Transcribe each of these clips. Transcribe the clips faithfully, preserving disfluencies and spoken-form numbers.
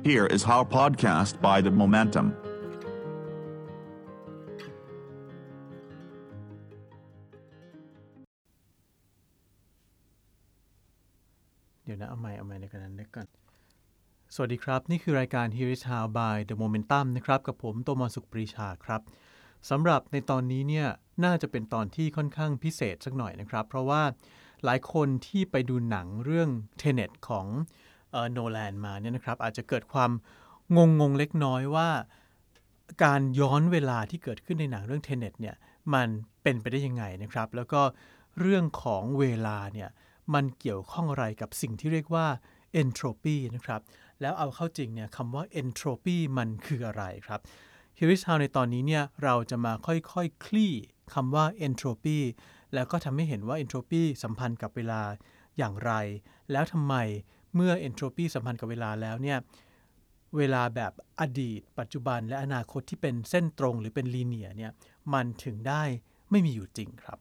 Here is our podcast by The Momentum. เดี๋ยวนะเอาใหม่เอาใหม่ในกันนั้นนึกก่อนสวัสดีครับนี่คือรายการ Here is How by The Momentum นะครับกับผมโตมอนสุขปรีชาครับสำหรับในตอนนี้เนี่ยน่าจะเป็นตอนที่ค่อนข้างพิเศษสักหน่อยนะครับเพราะว่าหลายคนที่ไปดูหนังเรื่อง Tenet ของเอ่อโนแลนมาเนี่ยนะครับอาจจะเกิดความงงงเล็กน้อยว่าการย้อนเวลาที่เกิดขึ้นในหนังเรื่อง Tenet เนี่ยมันเป็นไปได้ยังไงนะครับแล้วก็เรื่องของเวลาเนี่ยมันเกี่ยวข้องอะไรกับสิ่งที่เรียกว่า entropy นะครับแล้วเอาเข้าจริงเนี่ยคำว่า entropy มันคืออะไรครับ Here is How ในตอนนี้เนี่ยเราจะมาค่อยๆ ค, คลี่คำว่า entropy แล้วก็ทำให้เห็นว่า entropy สัมพันธ์กับเวลาอย่างไรแล้วทำไมเมื่อ entropy สัมพันธ์กับเวลาแล้วเนี่ยเวลาแบบอดีตปัจจุบันและอนาคตที่เป็นเส้นตรงหรือเป็น linear เนี่ยมันถึงได้ไม่มีอยู่จริงครับ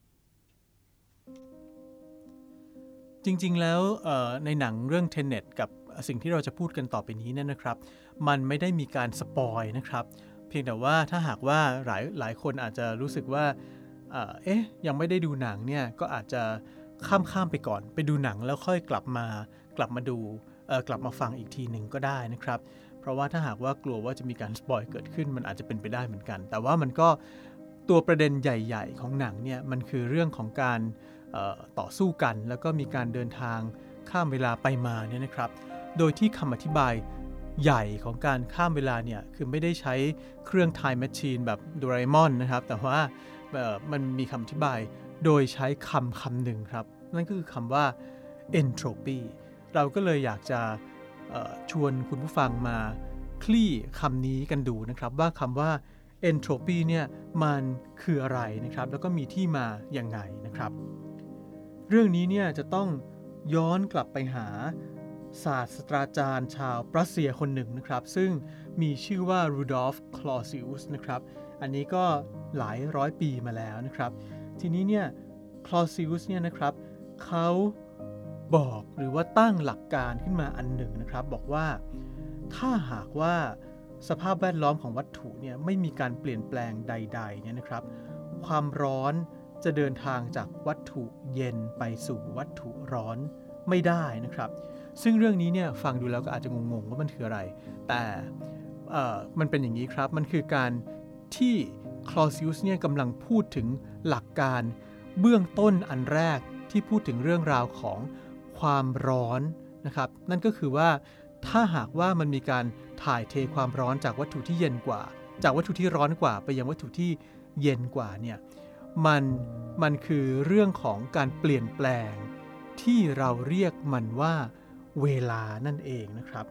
จริงๆแล้วในหนังเรื่อง Tenet กับสิ่งที่เราจะพูดกันต่อไปนี้เนี่ยนะครับมันไม่ได้มีการสปอยนะครับเพียงแต่ว่าถ้าหากว่าหลายหลายคนอาจจะรู้สึกว่าเอ๊ะยังไม่ได้ดูหนังเนี่ยก็อาจจะข้ามข้ามไปก่อนไปดูหนังแล้วค่อยกลับมากลับมาดูกลับมาฟังอีกทีหนึ่งก็ได้นะครับเพราะว่าถ้าหากว่ากลัวว่าจะมีการสปอยเกิดขึ้นมันอาจจะเป็นไปได้เหมือนกันแต่ว่ามันก็ตัวประเด็นใหญ่ๆของหนังเนี่ยมันคือเรื่องของการต่อสู้กันแล้วก็มีการเดินทางข้ามเวลาไปมาเนี่ยนะครับโดยที่คำอธิบายใหญ่ของการข้ามเวลาเนี่ยคือไม่ได้ใช้เครื่อง time machine แบบโดราเอมอนนะครับแต่ว่ามันมีคำอธิบายโดยใช้คำคำหนึ่งครับนั่นก็คือคำว่า entropy เราก็เลยอยากจะชวนคุณผู้ฟังมาคลี่คำนี้กันดูนะครับว่าคำว่า entropy เนี่ยมันคืออะไรนะครับแล้วก็มีที่มาอย่างไงนะครับเรื่องนี้เนี่ยจะต้องย้อนกลับไปหาศาสตราจารย์ชาวรัสเซียคนหนึ่งนะครับซึ่งมีชื่อว่ารูดอล์ฟ คลอซิอุสนะครับอันนี้ก็หลายร้อยปีมาแล้วนะครับทีนี้เนี่ยคลอซิอุสเนี่ยนะครับเขาบอกหรือว่าตั้งหลักการขึ้นมาอันหนึ่งนะครับบอกว่าถ้าหากว่าสภาพแวดล้อมของวัตถุเนี่ยไม่มีการเปลี่ยนแปลงใดๆเนี่ยนะครับความร้อนจะเดินทางจากวัตถุเย็นไปสู่วัตถุร้อนไม่ได้นะครับซึ่งเรื่องนี้เนี่ยฟังดูแล้วก็อาจจะงงๆว่ามันคืออะไรแต่มันเป็นอย่างนี้ครับมันคือการที่คลอซิอุสเนี่ยกำลังพูดถึงหลักการเบื้องต้นอันแรกที่พูดถึงเรื่องราวของความร้อนนะครับนั่นก็คือว่าถ้าหากว่ามันมีการถ่ายเทความร้อนจากวัตถุที่เย็นกว่าจากวัตถุที่ร้อนกว่าไปยังวัตถุที่เย็นกว่าเนี่ยมันมันคือเรื่องของการเปลี่ยนแปลงที่เราเรียกมันว่าเวลานั่นเองนะครับ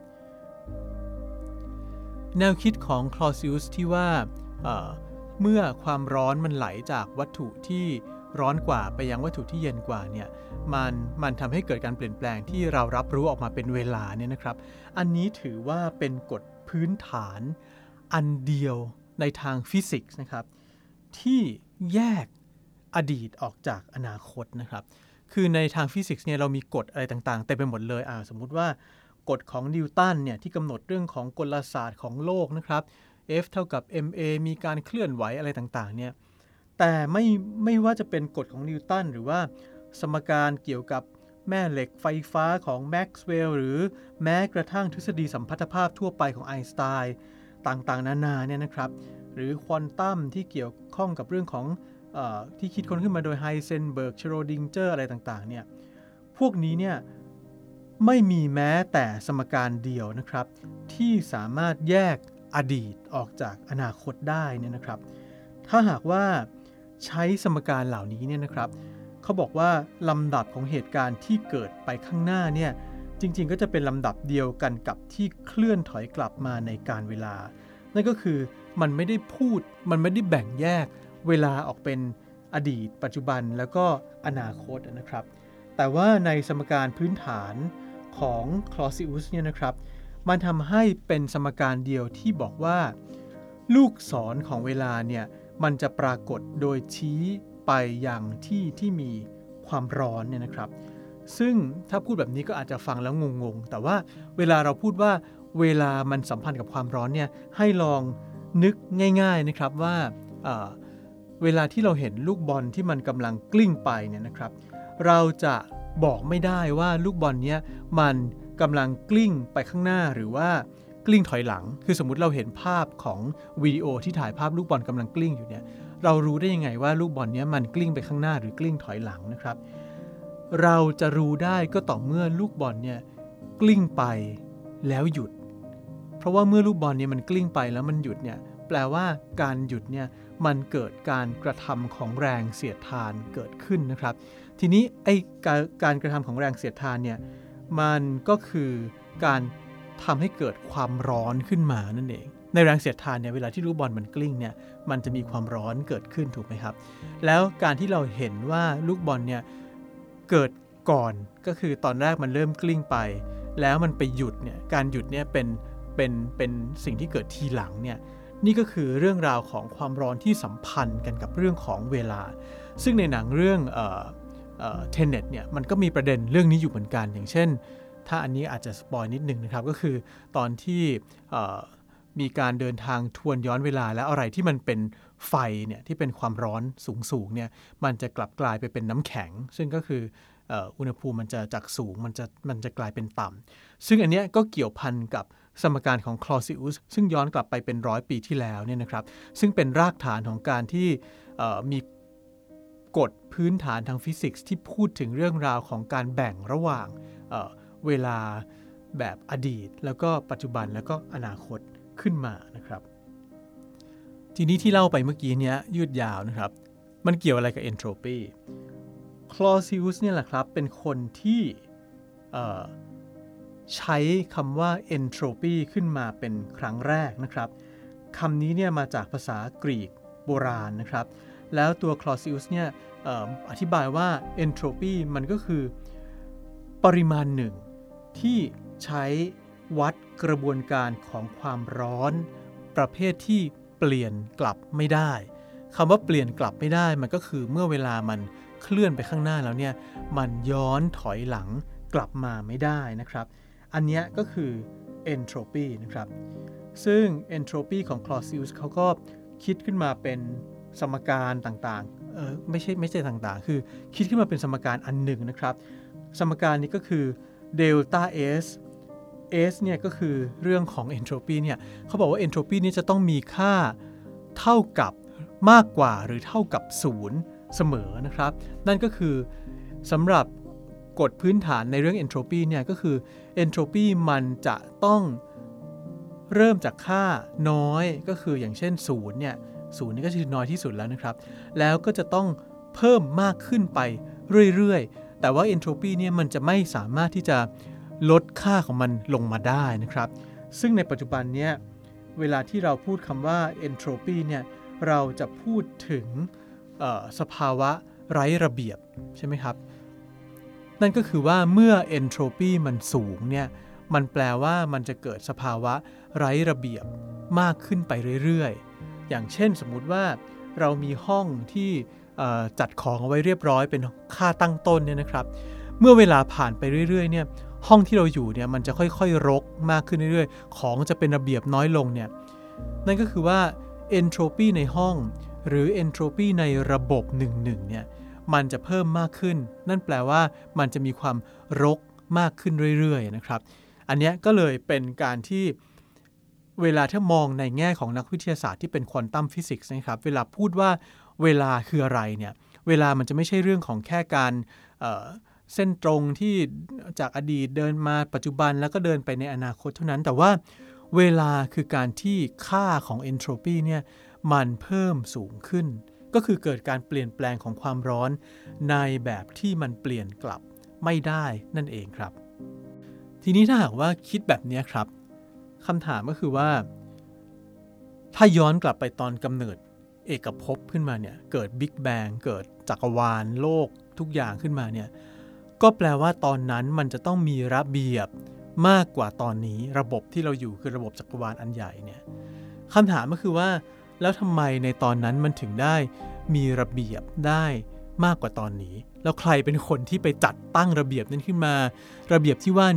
แนวคิดของคลอซิอุสที่ว่าเอ่อเมื่อความร้อนมันไหลจากวัตถุที่ร้อนกว่าไปยังวัตถุที่เย็นกว่าเนี่ยมันมันทำให้เกิดการเปลี่ยนแปลงที่เรารับรู้ออกมาเป็นเวลาเนี่ยนะครับอันนี้ถือว่าเป็นกฎพื้นฐานอันเดียวในทางฟิสิกส์นะครับที่แยกอดีตออกจากอนาคตนะครับคือในทางฟิสิกส์เนี่ยเรามีกฎอะไรต่างๆเต็มไปหมดเลยอ่าสมมุติว่ากฎของนิวตันเนี่ยที่กำหนดเรื่องของกลศาสตร์ของโลกนะครับ F เท่ากับ เอ็ม เอ มีการเคลื่อนไหวอะไรต่างๆเนี่ยแต่ไม่ไม่ว่าจะเป็นกฎของนิวตันหรือว่าสมการเกี่ยวกับแม่เหล็กไฟฟ้าของแม็กซ์เวลล์หรือแม้กระทั่งทฤษฎีสัมพัทธภาพทั่วไปของไอน์สไตน์ต่างๆนานาเนี่ยนะครับหรือควอนตัมที่เกี่ยวข้องกับเรื่องของเอ่อที่คิดค้นขึ้นมาโดยไฮเซนเบิร์ก ชโรดิงเจอร์อะไรต่างๆเนี่ยพวกนี้เนี่ยไม่มีแม้แต่สมการเดียวนะครับที่สามารถแยกอดีตออกจากอนาคตได้เนี่ยนะครับถ้าหากว่าใช้สมการเหล่านี้เนี่ยนะครับเขาบอกว่าลำดับของเหตุการณ์ที่เกิดไปข้างหน้าเนี่ยจริงๆก็จะเป็นลำดับเดียวกันกับที่เคลื่อนถอยกลับมาในการเวลานั่นก็คือมันไม่ได้พูดมันไม่ได้แบ่งแยกเวลาออกเป็นอดีตปัจจุบันแล้วก็อนาคตนะครับแต่ว่าในสมการพื้นฐานของคลอซิอุสเนี่ยนะครับมันทำให้เป็นสมการเดียวที่บอกว่าลูกศรของเวลาเนี่ยมันจะปรากฏโดยชี้ไปยังที่ที่มีความร้อนเนี่ยนะครับซึ่งถ้าพูดแบบนี้ก็อาจจะฟังแล้วงงๆแต่ว่าเวลาเราพูดว่าเวลามันสัมพันธ์กับความร้อนเนี่ยให้ลองนึกง่ายๆนะครับว่าเอ่อเวลาที่เราเห็นลูกบอลที่มันกำลังกลิ้งไปเนี่ยนะครับเราจะบอกไม่ได้ว่าลูกบอลเนี้ยมันกำลังกลิ้งไปข้างหน้าหรือว่ากลิ้งถอยหลังคือสมมุติเราเห็นภาพของวิดีโอที่ถ่ายภาพลูกบอลกำลังกลิ้งอยู่เนี่ยเรารู้ได้ยังไงว่าลูกบอลเนี้ยมันกลิ้งไปข้างหน้าหรือกลิ้งถอยหลังนะครับเราจะรู้ได้ก็ต่อเมื่อลูกบอลเนี่ยกลิ้งไปแล้วหยุดเพราะว่าเมื่อลูกบอลเนี่ยมันกลิ้งไปแล้วมันหยุดเนี่ยแปลว่าการหยุดเนี่ยมันเกิดการกระทำของแรงเสียดทานเกิดขึ้นนะครับทีนี้ไอ้การการกระทำของแรงเสียดทานเนี่ยมันก็คือการทำให้เกิดความร้อนขึ้นมานั่นเองในแรงเสียดทานเนี่ยเวลาที่ลูกบอลมันกลิ้งเนี่ยมันจะมีความร้อนเกิดขึ้นถูกไหมครับแล้วการที่เราเห็นว่าลูกบอลเนี่ยเกิดก่อนก็คือตอนแรกมันเริ่มกลิ้งไปแล้วมันไปหยุดเนี่ยการหยุดเนี่ยเป็นเป็นเป็นสิ่งที่เกิดทีหลังเนี่ยนี่ก็คือเรื่องราวของความร้อนที่สัมพันธ์กันกับเรื่องของเวลาซึ่งในหนังเรื่องเอ่อเอ่อ Tenet เนี่ยมันก็มีประเด็นเรื่องนี้อยู่เหมือนกันอย่างเช่นถ้าอันนี้อาจจะสปอยนิดนึงนะครับก็คือตอนที่เอ่อมีการเดินทางทวนย้อนเวลาแล้วอะไรที่มันเป็นไฟเนี่ยที่เป็นความร้อนสูงๆเนี่ยมันจะกลับกลายไปเป็นน้ำแข็งซึ่งก็คืออุณหภูมิมันจะจากสูงมันจะมันจะกลายเป็นต่ำซึ่งอันเนี้ยก็เกี่ยวพันกับสมการของคลอซิอุสซึ่งย้อนกลับไปเป็นร้อยปีที่แล้วเนี่ยนะครับซึ่งเป็นรากฐานของการที่มีกฎพื้นฐานทางฟิสิกส์ที่พูดถึงเรื่องราวของการแบ่งระหว่างเ, เวลาแบบอดีตแล้วก็ปัจจุบันแล้วก็อนาคตขึ้นมานะครับทีนี้ที่เล่าไปเมื่อกี้เนี้ยยืดยาวนะครับมันเกี่ยวอะไรกับเอนโทรปีคลอซิอุสเนี่ยแหละครับเป็นคนที่ใช้คำว่า entropy ขึ้นมาเป็นครั้งแรกนะครับคำนี้เนี่ยมาจากภาษากรีกโบราณนะครับแล้วตัวคลอซิอุสเนี่ย อ, อธิบายว่า entropy มันก็คือปริมาณหนึ่งที่ใช้วัดกระบวนการของความร้อนประเภทที่เปลี่ยนกลับไม่ได้คำว่าเปลี่ยนกลับไม่ได้มันก็คือเมื่อเวลามันเคลื่อนไปข้างหน้าแล้วเนี่ยมันย้อนถอยหลังกลับมาไม่ได้นะครับอันนี้ก็คือ entropy นะครับซึ่ง entropy ของ Clausius เขาก็คิดขึ้นมาเป็นสมการต่างๆเออไม่ใช่ไม่ใช่ต่างๆคือคิดขึ้นมาเป็นสมการอันหนึ่งนะครับสมการนี้ก็คือ delta S S เนี่ยก็คือเรื่องของ entropy เนี่ยเขาบอกว่า entropy นี้จะต้องมีค่าเท่ากับมากกว่าหรือเท่ากับศูนย์เสมอนะครับนั่นก็คือสำหรับกฎพื้นฐานในเรื่อง entropy เนี่ยก็คือ entropy มันจะต้องเริ่มจากค่าน้อยก็คืออย่างเช่นศูนย์เนี่ยศูนย์นี่ก็คือน้อยที่สุดแล้วนะครับแล้วก็จะต้องเพิ่มมากขึ้นไปเรื่อยๆแต่ว่า entropy เนี่ยมันจะไม่สามารถที่จะลดค่าของมันลงมาได้นะครับซึ่งในปัจจุบันเนี้ยเวลาที่เราพูดคำว่า entropy เนี่ยเราจะพูดถึงสภาวะไร้ระเบียบใช่ไหมครับนั่นก็คือว่าเมื่อ entropy มันสูงเนี่ยมันแปลว่ามันจะเกิดสภาวะไร้ระเบียบมากขึ้นไปเรื่อยๆอย่างเช่นสมมุติว่าเรามีห้องที่จัดของเอาไว้เรียบร้อยเป็นค่าตั้งต้นเนี่ยนะครับเมื่อเวลาผ่านไปเรื่อยๆเนี่ยห้องที่เราอยู่เนี่ยมันจะค่อยๆรกมากขึ้นเรื่อยๆของจะเป็นระเบียบน้อยลงเนี่ยนั่นก็คือว่า entropy ในห้องหรือ entropy ในระบบหนึ่งหนึ่งเนี่ยมันจะเพิ่มมากขึ้นนั่นแปลว่ามันจะมีความรกมากขึ้นเรื่อยๆนะครับอันนี้ก็เลยเป็นการที่เวลาถ้ามองในแง่ของนักวิทยาศาสตร์ที่เป็นควอนตัมฟิสิกส์นะครับเวลาพูดว่าเวลาคืออะไรเนี่ยเวลามันจะไม่ใช่เรื่องของแค่การเอ่อเส้นตรงที่จากอดีตเดินมาปัจจุบันแล้วก็เดินไปในอนาคตเท่านั้นแต่ว่าเวลาคือการที่ค่าของ entropy เนี่ยมันเพิ่มสูงขึ้นก็คือเกิดการเปลี่ยนแปลงของความร้อนในแบบที่มันเปลี่ยนกลับไม่ได้นั่นเองครับทีนี้ถ้าหากว่าคิดแบบนี้ครับคำถามก็คือว่าถ้าย้อนกลับไปตอนกำเนิดเอกภพขึ้นมาเนี่ยเกิดบิ๊กแบงเกิดจักรวาลโลกทุกอย่างขึ้นมาเนี่ยก็แปลว่าตอนนั้นมันจะต้องมีระเบียบมากกว่าตอนนี้ระบบที่เราอยู่คือระบบจักรวาลอันใหญ่เนี่ยคำถามก็คือว่าแล้วทำไมในตอนนั้นมันถึงได้มีระเบียบได้มากกว่าตอนนี้แล้วใครเป็นคนที่ไปจัดตั้งระเบียบนั้นขึ้นมาระเบียบที่ว่านี้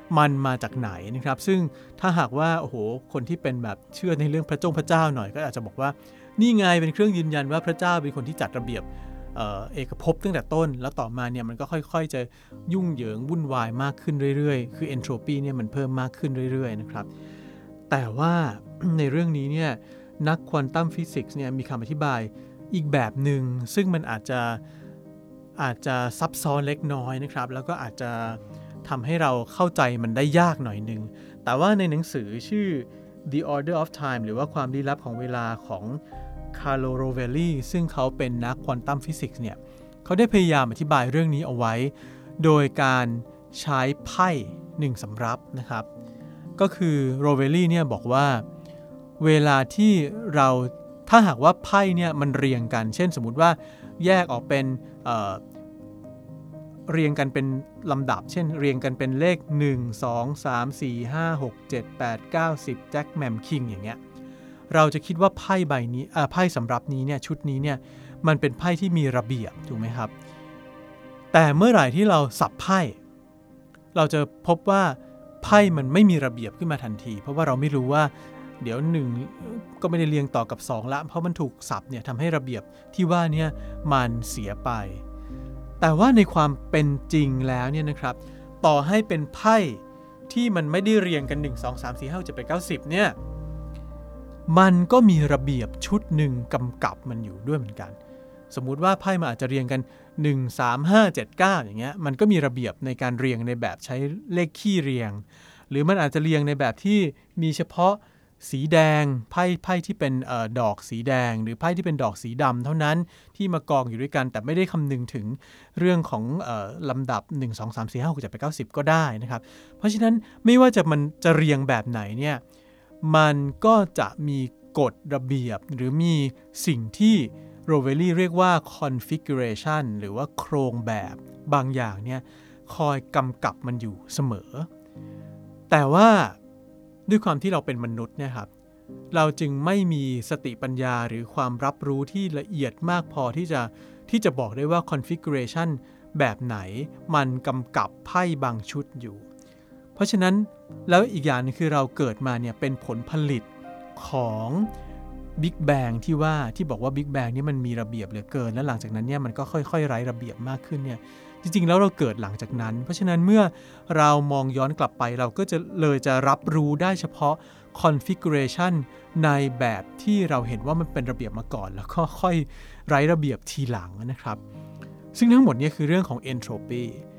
มันมาจากไหนนะครับซึ่งถ้าหากว่าโอ้โหคนที่เป็นแบบเชื่อในเรื่องพระจงพระเจ้าหน่อยก็อาจจะบอกว่านี่ไงเป็นเครื่องยืนยันว่าพระเจ้าเป็นคนที่จัดระเบียบ เอ่อ เอกภพตั้งแต่ต้นแล้วต่อมาเนี่ยมันก็ค่อยๆจะยุ่งเหยิงวุ่นวายมากขึ้นเรื่อยๆคือเอนโทรปีเนี่ยมันเพิ่มมากขึ้นเรื่อยๆนะครับแต่ว่า ในเรื่องนี้เนี่ยนักควอนตัมฟิสิกส์เนี่ยมีคำอธิบายอีกแบบหนึ่งซึ่งมันอาจจะอาจจะซับซ้อนเล็กน้อยนะครับแล้วก็อาจจะทำให้เราเข้าใจมันได้ยากหน่อยนึงแต่ว่าในหนังสือชื่อ The Order of Time หรือว่าความลี้ลับของเวลาของคาร์โล โรเวลลี่ซึ่งเขาเป็นนักควอนตัมฟิสิกส์เนี่ยเขาได้พยายามอธิบายเรื่องนี้เอาไว้โดยการใช้ไพ่หนึ่งสำรับนะครับก็คือโรเวลลี่เนี่ยบอกว่าเวลาที่เราถ้าหากว่าไพ่เนี่ยมันเรียงกันเช่นสมมุติว่าแยกออกเป็นเอ่อเรียงกันเป็นลำดับเช่นเรียงกันเป็นเลขหนึ่ง สอง สาม สี่ ห้า หก เจ็ด แปด เก้า สิบแจ็คแมมคิงอย่างเงี้ยเราจะคิดว่าไพ่ใบนี้เอ่อไพ่สำรับนี้เนี่ยชุดนี้เนี่ยมันเป็นไพ่ที่มีระเบียบถูกไหมครับแต่เมื่อไหร่ที่เราสับไพ่เราจะพบว่าไพ่มันไม่มีระเบียบขึ้นมาทันทีเพราะว่าเราไม่รู้ว่าเดี๋ยวหนึ่งก็ไม่ได้เรียงต่อกับสองละเพราะมันถูกสับเนี่ยทำให้ระเบียบที่ว่าเนี่ยมันเสียไปแต่ว่าในความเป็นจริงแล้วเนี่ยนะครับต่อให้เป็นไพ่ที่มันไม่ได้เรียงกันหนึ่ง สอง สาม สี่ ห้า หก เจ็ด แปด เก้า สิบเนี่ยมันก็มีระเบียบชุดหนึ่งกำกับมันอยู่ด้วยเหมือนกันสมมุติว่าไพ่มันอาจจะเรียงกันหนึ่ง สาม ห้า เจ็ด เก้าอย่างเงี้ยมันก็มีระเบียบในการเรียงในแบบใช้เลขคี่เรียงหรือมันอาจจะเรียงในแบบที่มีเฉพาะสีแดงไพ่ไพ่ที่เป็นเอ่อดอกสีแดงหรือไพ่ที่เป็นดอกสีดำเท่านั้นที่มากองอยู่ด้วยกันแต่ไม่ได้คำนึงถึงเรื่องของเอ่อลำดับหนึ่ง สอง สาม สี่ ห้า หก เจ็ด แปด เก้า สิบก็ได้นะครับเพราะฉะนั้นไม่ว่าจะมันจะเรียงแบบไหนเนี่ยมันก็จะมีกฎระเบียบหรือมีสิ่งที่โรเวลลี่เรียกว่า configuration หรือว่าโครงแบบบางอย่างเนี่ยคอยกำกับมันอยู่เสมอแต่ว่าด้วยความที่เราเป็นมนุษย์เนี่ยครับเราจึงไม่มีสติปัญญาหรือความรับรู้ที่ละเอียดมากพอที่จะที่จะบอกได้ว่า configuration แบบไหนมันกำกับไพ่บางชุดอยู่เพราะฉะนั้นแล้วอีกอย่างนึงคือเราเกิดมาเนี่ยเป็นผลผลิตของบิ๊กแบงที่ว่าที่บอกว่าบิ๊กแบงนี่มันมีระเบียบเหลือเกินแล้วหลังจากนั้นเนี่ยมันก็ค่อยๆไร้ระเบียบมากขึ้นเนี่ยจริงๆแล้วเราเกิดหลังจากนั้นเพราะฉะนั้นเมื่อเรามองย้อนกลับไปเราก็จะเลยจะรับรู้ได้เฉพาะ configuration ในแบบที่เราเห็นว่ามันเป็นระเบียบมาก่อนแล้วก็ค่อยไร้ระเบียบทีหลังนะครับซึ่งทั้งหมดนี้คือเรื่องของ entropy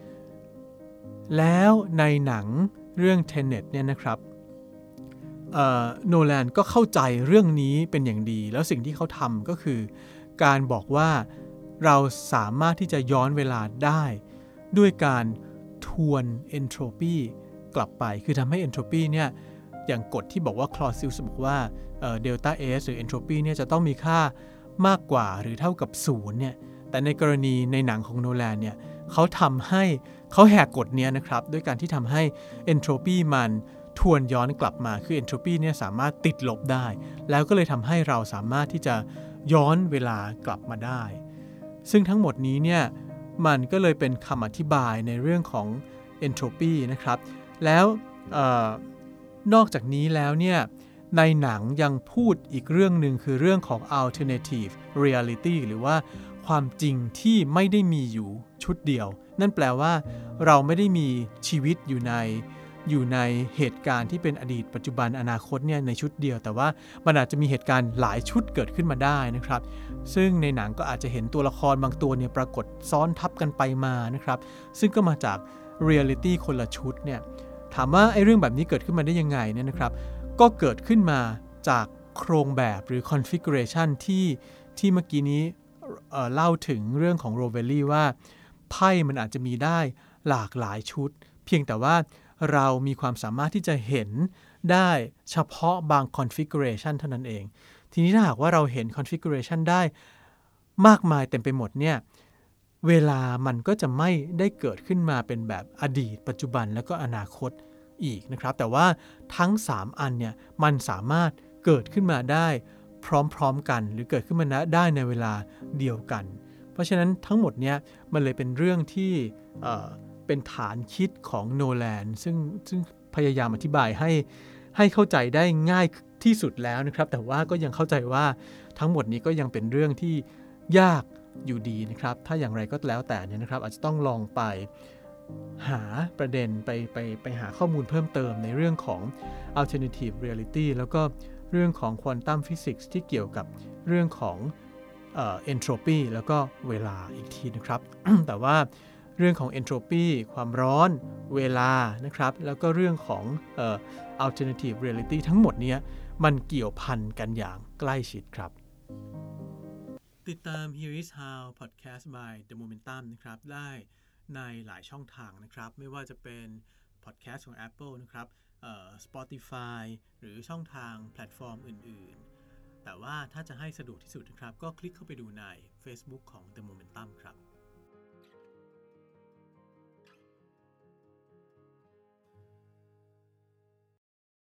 แล้วในหนังเรื่อง Tenet เนี่ยนะครับโนแลนก็เข้าใจเรื่องนี้เป็นอย่างดีแล้วสิ่งที่เขาทำก็คือการบอกว่าเราสามารถที่จะย้อนเวลาได้ด้วยการทวนเอนโทรปีกลับไปคือทำให้เอนโทรปีเนี่ยอย่างกฎที่บอกว่าคลอซิลส์บอกว่าเดลต้าเอสหรือเอนโทรปีเนี่ยจะต้องมีค่ามากกว่าหรือเท่ากับศูนย์เนี่ยแต่ในกรณีในหนังของโนแลนเนี่ยเขาทำให้เขาแหกกฎนี้นะครับด้วยการที่ทำให้เอนโทรปีมันทวนย้อนกลับมาคือเอนโทรปีเนี่ยสามารถติดลบได้แล้วก็เลยทำให้เราสามารถที่จะย้อนเวลากลับมาได้ซึ่งทั้งหมดนี้เนี่ยมันก็เลยเป็นคำอธิบายในเรื่องของเอนโทรปีนะครับแล้วเอ่อนอกจากนี้แล้วเนี่ยในหนังยังพูดอีกเรื่องหนึ่งคือเรื่องของ alternative reality หรือว่าความจริงที่ไม่ได้มีอยู่ชุดเดียวนั่นแปลว่าเราไม่ได้มีชีวิตอยู่ในอยู่ในเหตุการณ์ที่เป็นอดีตปัจจุบันอนาคตเนี่ยในชุดเดียวแต่ว่ามันอาจจะมีเหตุการณ์หลายชุดเกิดขึ้นมาได้นะครับซึ่งในหนังก็อาจจะเห็นตัวละครบางตัวเนี่ยปรากฏซ้อนทับกันไปมานะครับซึ่งก็มาจากเรียลิตี้คนละชุดเนี่ยถามว่าไอ้เรื่องแบบนี้เกิดขึ้นมาได้ยังไงเนี่ยนะครับก็เกิดขึ้นมาจากโครงแบบหรือ configuration ที่ที่เมื่อกี้นี้ เอ่อ เล่าถึงเรื่องของโรเวลลี่ว่าไพ่มันอาจจะมีได้หลากหลายชุดเพียงแต่ว่าเรามีความสามารถที่จะเห็นได้เฉพาะบาง configuration เท่านั้นเองทีนี้ถ้าหากว่าเราเห็น configuration ได้มากมายเต็มไปหมดเนี่ยเวลามันก็จะไม่ได้เกิดขึ้นมาเป็นแบบอดีตปัจจุบันแล้วก็อนาคตอีกนะครับแต่ว่าทั้งสามอันเนี่ยมันสามารถเกิดขึ้นมาได้พร้อมๆกันหรือเกิดขึ้นมาได้ในเวลาเดียวกันเพราะฉะนั้นทั้งหมดเนี่ยมันเลยเป็นเรื่องที่เป็นฐานคิดของโนแลนซึ่งซึ่งพยายามอธิบายให้ให้เข้าใจได้ง่ายที่สุดแล้วนะครับแต่ว่าก็ยังเข้าใจว่าทั้งหมดนี้ก็ยังเป็นเรื่องที่ยากอยู่ดีนะครับถ้าอย่างไรก็แล้วแต่เนี่ยนะครับอาจจะต้องลองไปหาประเด็นไปไปไปหาข้อมูลเพิ่มเติมในเรื่องของ alternative reality แล้วก็เรื่องของ quantum physics ที่เกี่ยวกับเรื่องของเอ่อ entropy แล้วก็เวลาอีกทีนะครับ แต่ว่าเรื่องของ entropy ความร้อนเวลานะครับแล้วก็เรื่องของเอ่อ alternative reality ทั้งหมดเนี้ยมันเกี่ยวพันกันอย่างใกล้ชิดครับติดตาม Here is How Podcast by The Momentum นะครับได้ในหลายช่องทางนะครับไม่ว่าจะเป็น Podcast ของ Apple นะครับเอ่อ Spotify หรือช่องทางแพลตฟอร์มอื่นๆแต่ว่าถ้าจะให้สะดวกที่สุดนะครับก็คลิกเข้าไปดูใน Facebook ของ The Momentum ครับ